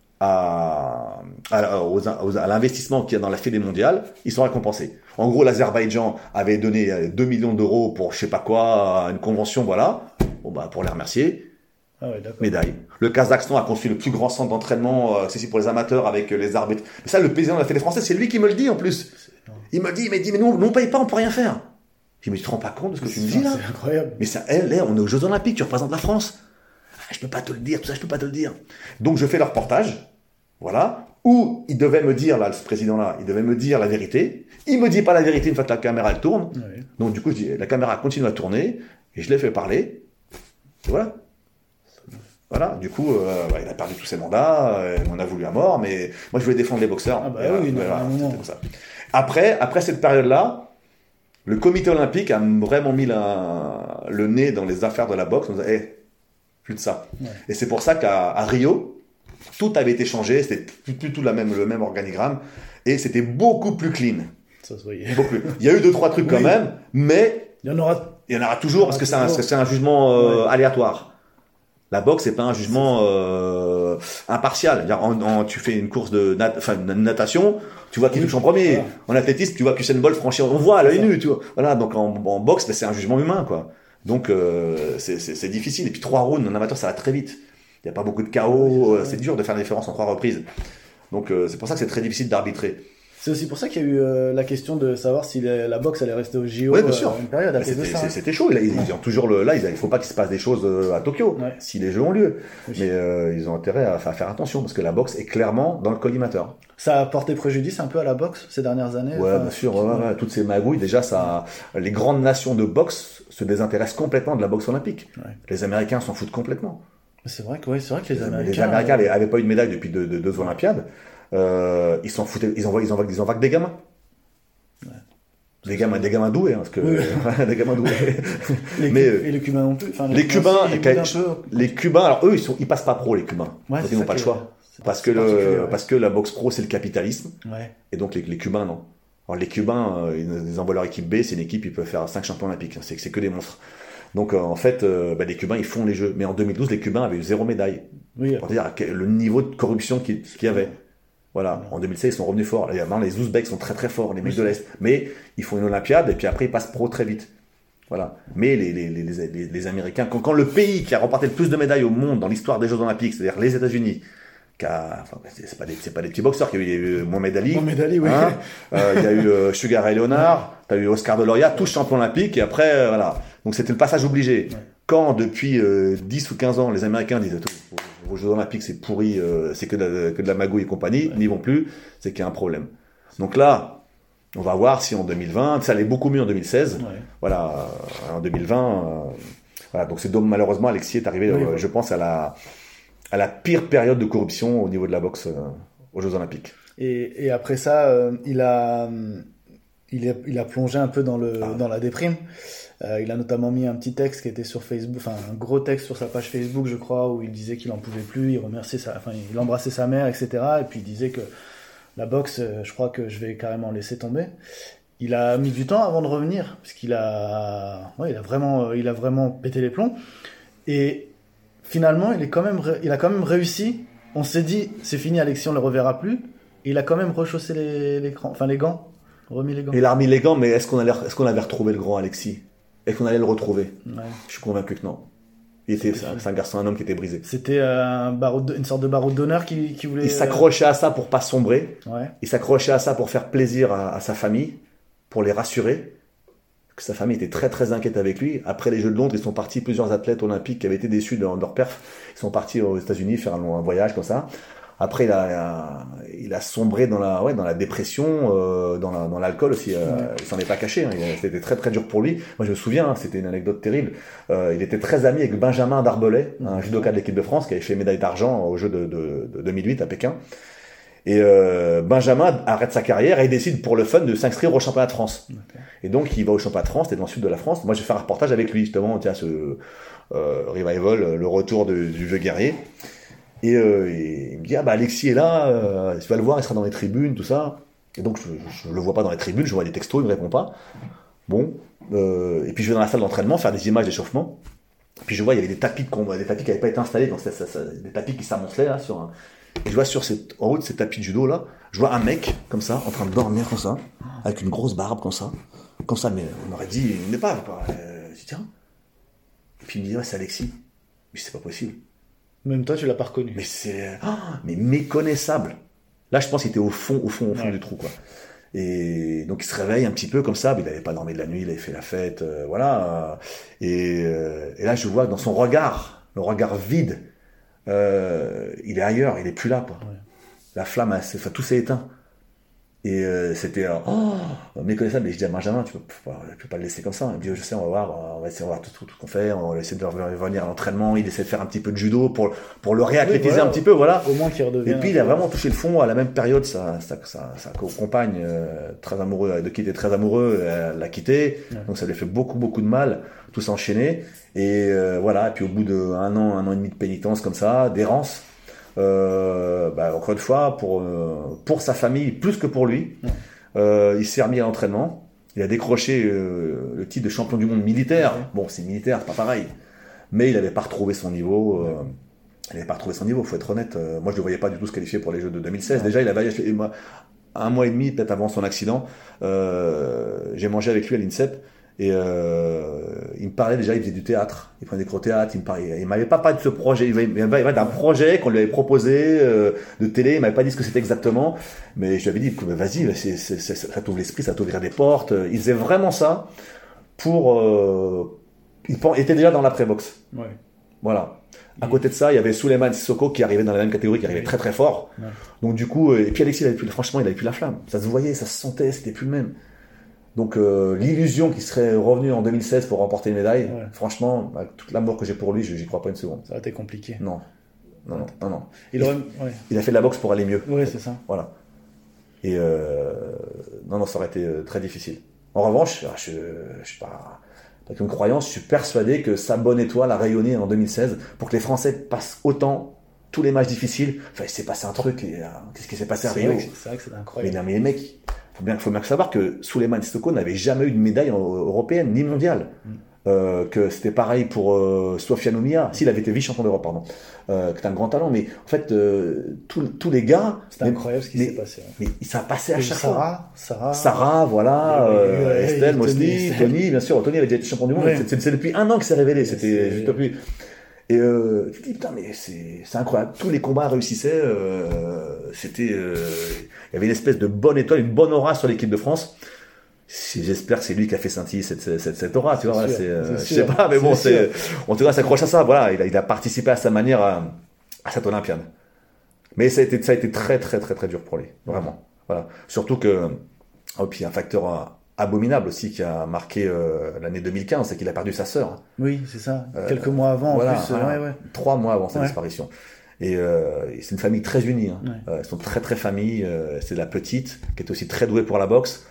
Speaker 3: À, à, aux, aux, à l'investissement qu'il y a dans la Fédé mondiale, ils sont récompensés. En gros, l'Azerbaïdjan avait donné deux millions d'euros pour je sais pas quoi, une convention, voilà. Bon bah pour les remercier, ah ouais, médaille. Le Kazakhstan a construit le plus grand centre d'entraînement euh, accessible pour les amateurs avec euh, les arbitres. Mais ça, le président de la Fédé française, c'est lui qui me le dit en plus. Il me dit, il me dit, mais nous, nous on paye pas, on peut rien faire. Je me dis, tu te rends pas compte de ce que tu me dis là?
Speaker 2: C'est incroyable.
Speaker 3: Mais ça, elle, là, on est aux Jeux Olympiques, tu représentes la France. Je peux pas te le dire, tout ça, je peux pas te le dire. Donc, je fais le reportage, voilà, où il devait me dire, là, ce président-là, il devait me dire la vérité. Il me dit pas la vérité une fois que la caméra, elle tourne. Oui. Donc, du coup, je dis, la caméra continue à tourner, et je l'ai fait parler. Et voilà. Voilà, du coup, euh, bah, il a perdu tous ses mandats, euh, il m'en a voulu à mort, mais moi, je voulais défendre les boxeurs.
Speaker 2: Ah bah
Speaker 3: et,
Speaker 2: oui,
Speaker 3: voilà, voilà, c'était comme ça. Après, après cette période-là, le comité olympique a vraiment mis la, le nez dans les affaires de la boxe. On disait, hey, plus de ça. Ouais. Et c'est pour ça qu'à à Rio, tout avait été changé, c'était plus, plus tout la même, le même organigramme, et c'était beaucoup plus clean.
Speaker 2: Ça se voyait.
Speaker 3: Beaucoup plus. Il y a eu deux, trois trucs oui. quand même, mais
Speaker 2: il y en aura,
Speaker 3: il y en aura toujours, parce que c'est un, c'est un jugement euh, ouais. aléatoire. La boxe, c'est pas un jugement euh, impartial. En, en, tu fais une course de, nat, enfin, de natation, tu vois qui oui. touche en premier. Voilà. En athlétisme, tu vois qu'Usain Bolt franchir, on voit à l'œil nu, tu vois. Voilà, donc en, en boxe, c'est un jugement humain, quoi. Donc euh, c'est, c'est, c'est difficile. Et puis trois rounds en amateur, ça va très vite. Il n'y a pas beaucoup de K O. C'est dur de faire la différence en trois reprises. Donc euh, c'est pour ça que c'est très difficile d'arbitrer.
Speaker 2: C'est aussi pour ça qu'il y a eu euh, la question de savoir si la, la boxe allait rester au J O
Speaker 3: ouais, bien sûr.
Speaker 2: Euh, une période.
Speaker 3: C'était, de ça, hein. C'était chaud. Là, ils, ils ont toujours le, là, il ne faut pas qu'il se passe des choses à Tokyo ouais. si les Jeux ont lieu. Oui. Mais euh, ils ont intérêt à, à faire attention parce que la boxe est clairement dans le collimateur.
Speaker 2: Ça a porté préjudice un peu à la boxe ces dernières années.
Speaker 3: Ouais, enfin, bien sûr. Ouais, ouais, ouais. Toutes ces magouilles, déjà, ça, les grandes nations de boxe se désintéressent complètement de la boxe olympique. Ouais. Les Américains s'en foutent complètement.
Speaker 2: C'est vrai que, ouais, c'est vrai que les, les Américains.
Speaker 3: Les Américains n'avaient euh... pas eu de médaille depuis deux, deux, deux Olympiades. Euh, ils s'en foutaient. Ils envoient, ils envoient, ils envoient que des gamins. Ouais. Des gamins, des gamins doués, hein, parce que oui, oui. des gamins doués.
Speaker 2: Les, mais et les Cubains non plus. Enfin,
Speaker 3: les, les Cubains, les, Cubains, les Cubains, alors eux, ils sont, ils passent pas pro, les Cubains. Ouais, ils n'ont pas le choix. Parce que le, ouais. parce que la boxe pro, c'est le capitalisme. Ouais. Et donc les, les Cubains, non. Alors les Cubains, euh, ils envoient leur équipe B, c'est une équipe, ils peuvent faire cinq champions olympiques. C'est, c'est que des monstres. Donc euh, en fait, euh, bah, les Cubains, ils font les jeux. Mais en deux mille douze, les Cubains avaient eu zéro médaille. Oui. Pour dire le niveau de corruption qu'il, qu'il y avait. Voilà. En deux mille seize, ils sont revenus forts. Maintenant, les Ouzbeks sont très très forts, les mecs oui. de l'Est. Mais ils font une Olympiade et puis après, ils passent pro très vite. Voilà. Mais les, les, les, les, les Américains, quand, quand le pays qui a remporté le plus de médailles au monde dans l'histoire des Jeux Olympiques, c'est-à-dire les États-Unis, qui a, enfin, c'est, c'est pas des, c'est pas des petits boxeurs, il y a eu Mohamed Ali.
Speaker 2: Mohamed Ali, oui.
Speaker 3: Hein, euh, il y a eu euh, Sugar Ray Leonard, t'as eu Oscar de Loria, tous champions olympiques et après, euh, voilà. Donc c'était le passage obligé. Ouais. Quand depuis euh, dix ou quinze ans, les Américains disent aux Jeux Olympiques c'est pourri, euh, c'est que de, la, que de la magouille et compagnie, ouais. n'y vont plus, c'est qu'il y a un problème. Donc là, on va voir si en deux mille vingt, ça allait beaucoup mieux en deux mille seize. Ouais. Voilà, en deux mille vingt, euh, voilà. Donc c'est donc malheureusement Alexis est arrivé, oui, euh, ouais. je pense à la à la pire période de corruption au niveau de la boxe euh, aux Jeux Olympiques.
Speaker 2: Et, et après ça, euh, il a il a il a plongé un peu dans le ah. dans la déprime. Euh, il a notamment mis un petit texte qui était sur Facebook, enfin un gros texte sur sa page Facebook, je crois, où il disait qu'il en pouvait plus, il remerciait sa, enfin il embrassait sa mère, et cetera. Et puis il disait que la boxe, je crois que je vais carrément laisser tomber. Il a mis du temps avant de revenir, parce qu'il a, ouais, il a vraiment, il a vraiment pété les plombs. Et finalement, il est quand même, il a quand même réussi. On s'est dit, c'est fini, Alexis, on le reverra plus. Et il a quand même rechaussé les, les, enfin les gants, remis les gants.
Speaker 3: Il a remis les gants, mais est-ce qu'on allait, est-ce qu'on avait retrouvé le grand Alexis? Est-ce qu'on allait le retrouver?
Speaker 2: Ouais.
Speaker 3: Je suis convaincu que non. Il était, c'est un, c'est un garçon, un homme qui était brisé.
Speaker 2: C'était un barreau de, une sorte de barreau d'honneur qui, qui voulait...
Speaker 3: Il s'accrochait à ça pour pas sombrer.
Speaker 2: Ouais.
Speaker 3: Il s'accrochait à ça pour faire plaisir à, à sa famille, pour les rassurer. Que sa famille était très très inquiète avec lui. Après les Jeux de Londres, ils sont partis plusieurs athlètes olympiques qui avaient été déçus de, de leur perf. Ils sont partis aux États-Unis faire un, un voyage comme ça. Après, il a, il a sombré dans la, ouais, dans la dépression, euh, dans, la, dans l'alcool aussi. Euh, ouais. Il s'en est pas caché. Hein. C'était très très dur pour lui. Moi, je me souviens, hein, c'était une anecdote terrible. Euh, il était très ami avec Benjamin Darbelay, un judoka de l'équipe de France qui avait fait médaille d'argent aux Jeux de, de, de deux mille huit à Pékin. Et euh, Benjamin arrête sa carrière et il décide pour le fun de s'inscrire au championnat de France. Okay. Et donc, il va au championnat de France, c'était dans le sud de la France. Moi, j'ai fait un reportage avec lui, justement, tiens, ce euh, revival, le retour de, du vieux guerrier. Et, euh, et il me dit, ah bah Alexis est là, euh, tu vas le voir, il sera dans les tribunes, tout ça. Et donc, je, je le vois pas dans les tribunes, je vois des textos, il me répond pas. Bon, euh, et puis je vais dans la salle d'entraînement faire des images d'échauffement. Puis je vois, il y avait des tapis de combat, des tapis qui n'avaient pas été installés, donc ça, ça, ça, des tapis qui s'amoncelaient là sur un... Et je vois sur cette, en haut de ces tapis de judo là, je vois un mec comme ça, en train de dormir comme ça, avec une grosse barbe comme ça, comme ça, mais on aurait dit une épave quoi. Euh, je dis tiens. Et puis il me dit ouais c'est Alexis. Mais c'est pas possible.
Speaker 2: Même toi tu l'as pas reconnu.
Speaker 3: Mais c'est, oh, mais méconnaissable. Là je pense qu'il était au fond, au fond, au fond ouais. du trou quoi. Et donc il se réveille un petit peu comme ça, mais il n'avait pas dormi de la nuit, il avait fait la fête, euh, voilà. Et, euh, et là je vois dans son regard, le regard vide. Euh, il est ailleurs, il est plus là quoi. Ouais. La flamme, enfin, tout s'est éteint. Et euh, c'était euh, oh, méconnaissable. Mais je dis à Benjamin, tu peux, tu peux pas le laisser comme ça. Il me dit, je sais, on va voir, on va essayer, on va voir tout, tout, tout ce qu'on fait. On va essayer de revenir à l'entraînement. Il essaie de faire un petit peu de judo pour pour le réathlétiser oui, voilà. un petit peu, voilà.
Speaker 2: Au moins qu'il redevienne.
Speaker 3: Et puis il a vraiment touché le fond. À la même période, sa sa sa, sa compagne euh, très amoureux de qui il était très amoureux, elle l'a quitté. Ouais. Donc ça lui a fait beaucoup beaucoup de mal. Tout s'est enchaîné. Et euh, voilà. Et puis au bout d'un an, un an et demi de pénitence comme ça, d'errance. Euh, bah, encore une fois, pour, euh, pour sa famille, plus que pour lui, ouais. euh, il s'est remis à l'entraînement. Il a décroché euh, le titre de champion du monde militaire. Ouais. Bon, c'est militaire, c'est pas pareil. Mais il n'avait pas retrouvé son niveau. Euh, ouais. Il n'avait pas retrouvé son niveau, faut être honnête. Euh, moi, je ne le voyais pas du tout se qualifier pour les Jeux de deux mille seize. Ouais. Déjà, il avait un mois et demi, peut-être avant son accident. Euh, j'ai mangé avec lui à l'INSEP. Et euh, il me parlait déjà, il faisait du théâtre, il prenait des cours de théâtre, il me parlait, il m'avait pas parlé de ce projet, il m'avait parlé d'un projet qu'on lui avait proposé euh, de télé, il m'avait pas dit ce que c'était exactement, mais je lui avais dit, vas-y, c'est, c'est, c'est, ça t'ouvre l'esprit, ça t'ouvre des portes. Il faisait vraiment ça pour, euh, il était déjà dans l'après-boxe. Ouais. Voilà. À côté de ça, il y avait Souleymane Sissoko qui arrivait dans la même catégorie, qui arrivait très très fort. Ouais. Donc du coup, et puis Alexis, il avait plus, franchement, il avait plus la flamme. Ça se voyait, ça se sentait, c'était plus le même. Donc euh, l'illusion qu'il serait revenu en deux mille seize pour remporter une médaille, ouais. franchement, avec toute l'amour que j'ai pour lui, je j'y crois pas une seconde.
Speaker 2: Ça a été compliqué.
Speaker 3: Non, non, non, non. non.
Speaker 2: Il,
Speaker 3: il,
Speaker 2: aurait... ouais.
Speaker 3: il a fait de la boxe pour aller mieux.
Speaker 2: Oui, c'est ça.
Speaker 3: Voilà. Et euh... non, non, ça aurait été très difficile. En revanche, je, je suis pas, pas qu'une croyance, je suis persuadé que sa bonne étoile a rayonné en deux mille seize pour que les Français passent autant tous les matchs difficiles. Enfin, il s'est passé un truc. Et, euh, qu'est-ce qui s'est passé à Rio ?
Speaker 2: C'est vrai que c'est incroyable.
Speaker 3: Mais, mais les mecs. Il faut bien, faut bien savoir que Souleymane Sissoko n'avait jamais eu de médaille européenne ni mondiale. Mm. Euh, que c'était pareil pour euh, Sofiane Oumia. S'il avait été vice-champion d'Europe, pardon. Euh, que c'est un grand talent, mais en fait, euh, tous les gars.
Speaker 2: C'était incroyable ce qui
Speaker 3: mais,
Speaker 2: s'est passé. Hein.
Speaker 3: Mais ça a passé à chaque
Speaker 2: Sarah,
Speaker 3: fois.
Speaker 2: Sarah,
Speaker 3: Sarah, voilà. Euh, ouais, Estelle, Mosley, Tony, Tony, bien sûr. Tony avait déjà été champion du monde. Ouais. C'est, c'est depuis un an que c'est révélé. C'était juste plus. Et euh, tu te dis putain mais c'est c'est incroyable, tous les combats réussissaient, euh, c'était euh, il y avait une espèce de bonne étoile, une bonne aura sur l'équipe de France. J'espère que c'est lui qui a fait scintiller cette cette, cette aura, tu vois, c'est, c'est euh, je sais pas mais bon c'est, en tout cas s'accroche à ça, voilà, il a il a participé à sa manière à, à cette Olympiade. Mais ça a été ça a été très très très très dur pour lui, vraiment. Voilà, surtout que oh, puis un facteur abominable aussi qui a marqué euh, l'année deux mille quinze, c'est qu'il a perdu sa sœur.
Speaker 2: Oui, c'est ça. Euh, Quelques mois avant,
Speaker 3: voilà,
Speaker 2: en plus.
Speaker 3: Voilà,
Speaker 2: ouais, ouais.
Speaker 3: Trois mois avant sa ouais. disparition. Et, euh, et c'est une famille très unie. Hein. Ouais. Euh, ils sont très très famille. Euh, c'est la petite qui est aussi très douée pour la boxe,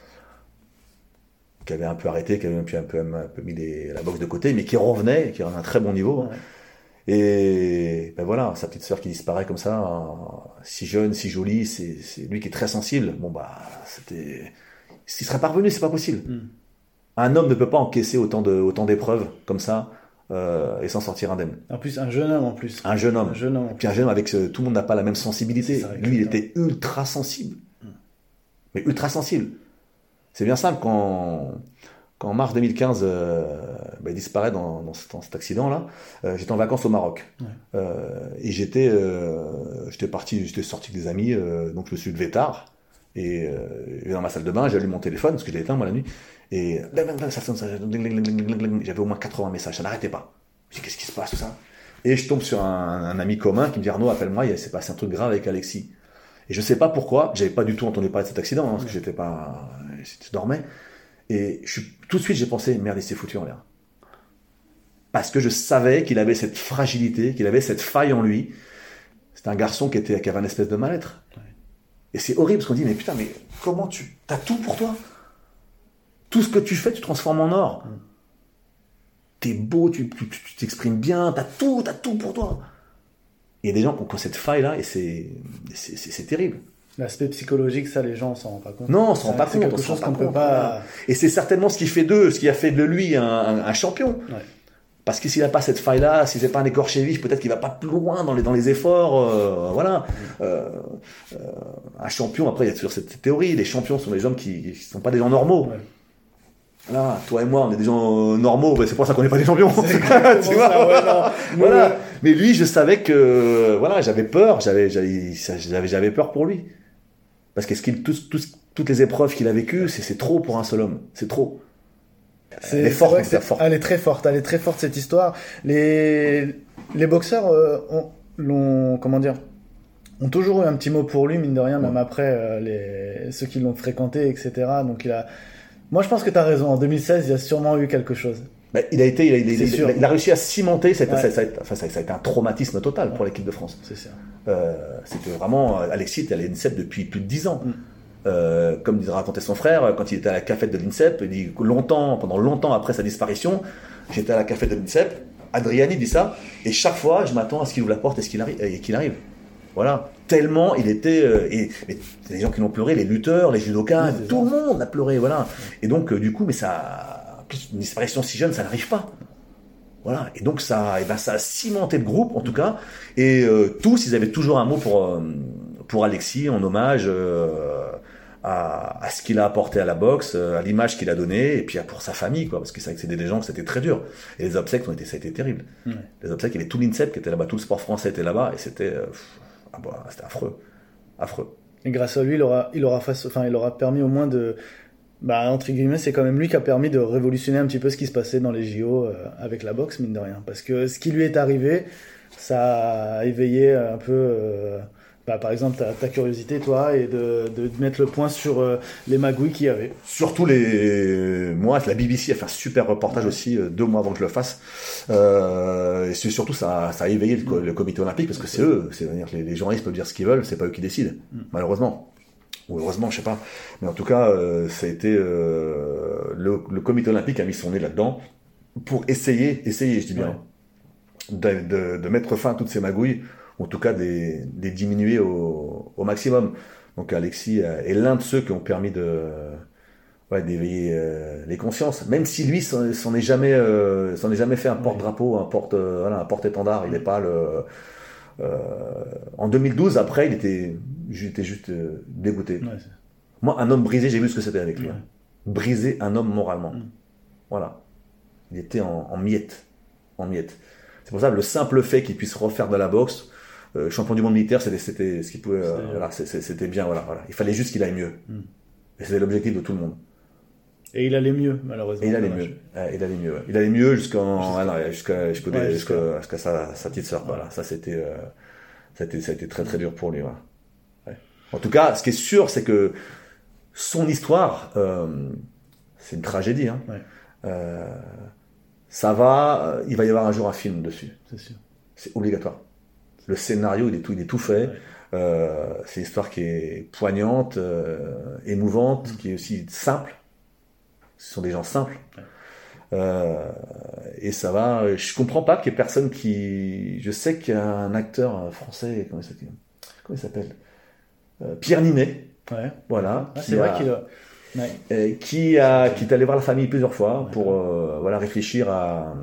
Speaker 3: qui avait un peu arrêté, qui avait un peu, un peu, un peu mis les, la boxe de côté, mais qui revenait, qui avait un très bon niveau. Ouais. Et ben voilà, sa petite sœur qui disparaît comme ça, hein, si jeune, si jolie, c'est, c'est lui qui est très sensible. Bon bah, c'était. S'il serait parvenu, c'est pas possible. Mm. Un homme ne peut pas encaisser autant de autant d'épreuves comme ça euh, et s'en sortir indemne.
Speaker 2: En plus, un jeune homme en plus.
Speaker 3: Un jeune homme.
Speaker 2: Un jeune homme.
Speaker 3: Et puis un jeune homme avec ce, tout le monde n'a pas la même sensibilité. Ça, lui, il était ultra sensible, mm. mais ultra sensible. C'est bien simple quand quand en mars deux mille quinze, euh, bah, il disparaît dans, dans, cet, dans cet accident-là, euh, j'étais en vacances au Maroc. Ouais. Euh, et j'étais, euh, j'étais parti, j'étais sorti avec des amis, euh, donc je me suis levé tard. Et euh, dans ma salle de bain, j'ai allumé mon téléphone, parce que je l'ai éteint moi la nuit. Et ça sonne, ça, j'avais au moins quatre-vingts messages, ça n'arrêtait pas. Je dis, qu'est-ce qui se passe, tout ça? Et je tombe sur un, un ami commun qui me dit, Arnaud, appelle-moi, il s'est passé un truc grave avec Alexis. Et je sais pas pourquoi, j'avais pas du tout entendu parler de cet accident, hein, parce que j'étais pas, je dormais. Et je suis, tout de suite, j'ai pensé, merde, il s'est foutu en l'air. Parce que je savais qu'il avait cette fragilité, qu'il avait cette faille en lui. C'était un garçon qui était, qui avait une espèce de mal-être. Ouais. Et c'est horrible, parce qu'on dit, mais putain, mais comment tu, t'as tout pour toi? Tout ce que tu fais, tu transformes en or. Mm. T'es beau, tu, tu, tu t'exprimes bien, t'as tout, t'as tout pour toi. Il y a des gens qui ont cette faille-là, et c'est, c'est, c'est, c'est terrible.
Speaker 2: L'aspect psychologique, ça, les gens ne s'en rendent pas compte.
Speaker 3: Non, on ne s'en rend pas
Speaker 2: c'est
Speaker 3: compte.
Speaker 2: C'est quelque chose qu'on ne peut pas...
Speaker 3: Et c'est certainement ce qui fait d'eux, ce qui a fait de lui un, un, un champion. Ouais. Parce que s'il n'a pas cette faille-là, s'il n'est pas un écorché vif, peut-être qu'il ne va pas plus loin dans les, dans les efforts. Euh, voilà. Mmh. Euh, euh, un champion, après, il y a toujours cette théorie, les champions sont des gens qui ne sont pas des gens normaux. Ouais. Là, toi et moi, on est des gens normaux, mais c'est pour ça qu'on n'est pas des champions. tu vois ça, ouais, non. Voilà. Ouais. Mais lui, je savais que, voilà, j'avais peur, j'avais, j'avais, j'avais, j'avais peur pour lui. Parce que ce qu'il, tout, tout, toutes les épreuves qu'il a vécues, c'est, c'est trop pour un seul homme. C'est trop.
Speaker 2: C'est, elle est forte, c'est c'est, forte. Elle est très forte. Elle est très forte, cette histoire. Les, les boxeurs euh, ont, l'ont, comment dire, ont toujours eu un petit mot pour lui, mine de rien, ouais. même après euh, les, ceux qui l'ont fréquenté, et cetera. Donc il a. Moi, je pense que tu as raison. En deux mille seize, il y a sûrement eu quelque chose.
Speaker 3: Bah, il a été, il a, il, il, il, a, il a réussi à cimenter. Cette, ouais. ça, ça, a, enfin, ça, ça a été un traumatisme total ouais. pour l'équipe de France.
Speaker 2: C'est sûr.
Speaker 3: Euh, c'était vraiment Alexis était à l'INSEP depuis plus de dix ans. Mm. Euh, comme il racontait son frère, quand il était à la cafette de l'INSEP, il dit longtemps, pendant longtemps après sa disparition, j'étais à la cafette de l'INSEP. Adriani dit ça, et chaque fois, je m'attends à ce qu'il ouvre la porte et, ce qu'il, arrive, et qu'il arrive. Voilà. Tellement il était, euh, et, et les gens qui l'ont pleuré, les lutteurs, les judokas, oui, tout ça. Le monde a pleuré, voilà. Et donc, euh, du coup, mais ça, une disparition si jeune, ça n'arrive pas. Voilà. Et donc, ça, et ben, ça a cimenté le groupe, en tout cas. Et euh, tous, ils avaient toujours un mot pour, euh, pour Alexis, en hommage euh, à, à ce qu'il a apporté à la boxe, à l'image qu'il a donnée, et puis pour sa famille, quoi. Parce que c'est vrai que c'était des gens que c'était très dur. Et les obsèques ont été, ça a été terrible. Ouais. Les obsèques, il y avait tout l'INSEP qui était là-bas, tout le sport français était là-bas, et c'était, euh, ah bah, c'était affreux. Affreux.
Speaker 2: Et grâce à lui, il aura, il aura, face, enfin, il aura permis au moins de, bah, entre guillemets, c'est quand même lui qui a permis de révolutionner un petit peu ce qui se passait dans les J O euh, avec la boxe, mine de rien. Parce que ce qui lui est arrivé, ça a éveillé un peu, euh, bah, par exemple, ta, ta curiosité, toi, et de, de mettre le point sur euh, les magouilles qu'il y avait.
Speaker 3: Surtout les, moi, la B B C a fait un super reportage aussi, euh, deux mois avant que je le fasse. Euh, et c'est surtout, ça, ça a éveillé le, le comité olympique, parce que c'est eux, c'est-à-dire que les, les journalistes peuvent dire ce qu'ils veulent, c'est pas eux qui décident, mm. malheureusement. Ou heureusement, je sais pas. Mais en tout cas, euh, ça a été, euh, le, le comité olympique a mis son nez là-dedans pour essayer, essayer, je dis bien, ouais. de, de, de mettre fin à toutes ces magouilles, ou en tout cas des, des diminuer au, au maximum. Donc Alexis est l'un de ceux qui ont permis de, ouais, d'éveiller euh, les consciences, même si lui s'en, s'en est jamais, euh, s'en est jamais fait un porte-drapeau, un porte, euh, voilà, un porte-étendard. Il n'est pas le. Euh, en deux mille douze, après, il était, j'étais juste euh, dégoûté. Ouais, moi, un homme brisé, j'ai vu ce que c'était avec lui. Ouais. Briser un homme moralement. Mm. Voilà. Il était en, en miettes, en miettes. C'est pour ça que le simple fait qu'il puisse refaire de la boxe. Euh, champion du monde militaire, c'était, c'était ce qu'il pouvait, euh, voilà, c'était bien, voilà, voilà. Il fallait juste qu'il aille mieux. Mm. Et c'était l'objectif de tout le monde.
Speaker 2: Et il allait mieux, malheureusement.
Speaker 3: Et il allait mieux. Ouais, il allait mieux. Ouais. Il allait mieux jusqu'en, voilà, jusqu'à, jusqu'à, ouais, jusqu'à, jusqu'à, jusqu'à sa, sa petite sœur. Ouais. Voilà, ça c'était, euh, ça a été, ça a été très très dur pour lui. Voilà. Ouais. En tout cas, ce qui est sûr, c'est que son histoire, euh, c'est une tragédie. Hein. Ouais. Euh, ça va, il va y avoir un jour un film dessus.
Speaker 2: C'est sûr.
Speaker 3: C'est obligatoire. Le scénario, il est tout, il est tout fait. Ouais. Euh, c'est une histoire qui est poignante, euh, émouvante, mmh. qui est aussi simple. Ce sont des gens simples. Ouais. Euh, et ça va. Je comprends pas qu'il y ait personne qui. Je sais qu'il y a un acteur français, comment il s'appelle, comment il s'appelle euh, Pierre Ninet.
Speaker 2: Ouais.
Speaker 3: Voilà.
Speaker 2: Ah, c'est a, vrai qu'il a. Ouais.
Speaker 3: Euh, qui a, qui est allé voir la famille plusieurs fois ouais. pour euh, voilà réfléchir à.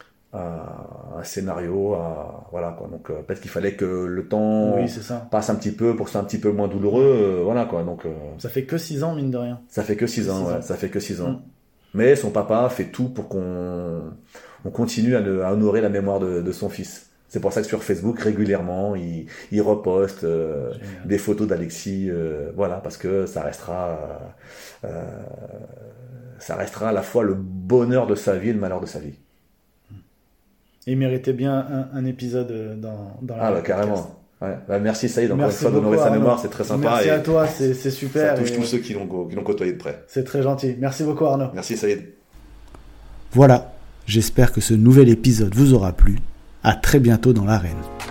Speaker 3: à un scénario, à, voilà quoi. Donc euh, peut-être qu'il fallait que le temps
Speaker 2: oui, c'est ça.
Speaker 3: passe un petit peu pour que ce soit un petit peu moins douloureux, euh, voilà quoi. Donc euh,
Speaker 2: ça fait que six ans mine de rien.
Speaker 3: Ça fait que six ans, ouais, ans. Ça fait que six ans. Mmh. Mais son papa fait tout pour qu'on on continue à, le, à honorer la mémoire de, de son fils. C'est pour ça que sur Facebook, régulièrement, il, il reposte euh, des photos d'Alexis, euh, voilà, parce que ça restera, euh, ça restera à la fois le bonheur de sa vie et le malheur de sa vie.
Speaker 2: Il méritait bien un, un épisode dans, dans la
Speaker 3: Ah bah carrément. Ouais. Bah, merci Saïd, encore
Speaker 2: merci
Speaker 3: une fois d'honorer sa
Speaker 2: Arnaud.
Speaker 3: mémoire, c'est très sympa.
Speaker 2: Merci
Speaker 3: et
Speaker 2: à toi, c'est, c'est super.
Speaker 3: Ça touche
Speaker 2: et...
Speaker 3: tous ceux qui l'ont, qui l'ont côtoyé de près.
Speaker 2: C'est très gentil. Merci beaucoup Arnaud.
Speaker 3: Merci Saïd.
Speaker 1: Voilà, j'espère que ce nouvel épisode vous aura plu. À très bientôt dans l'arène.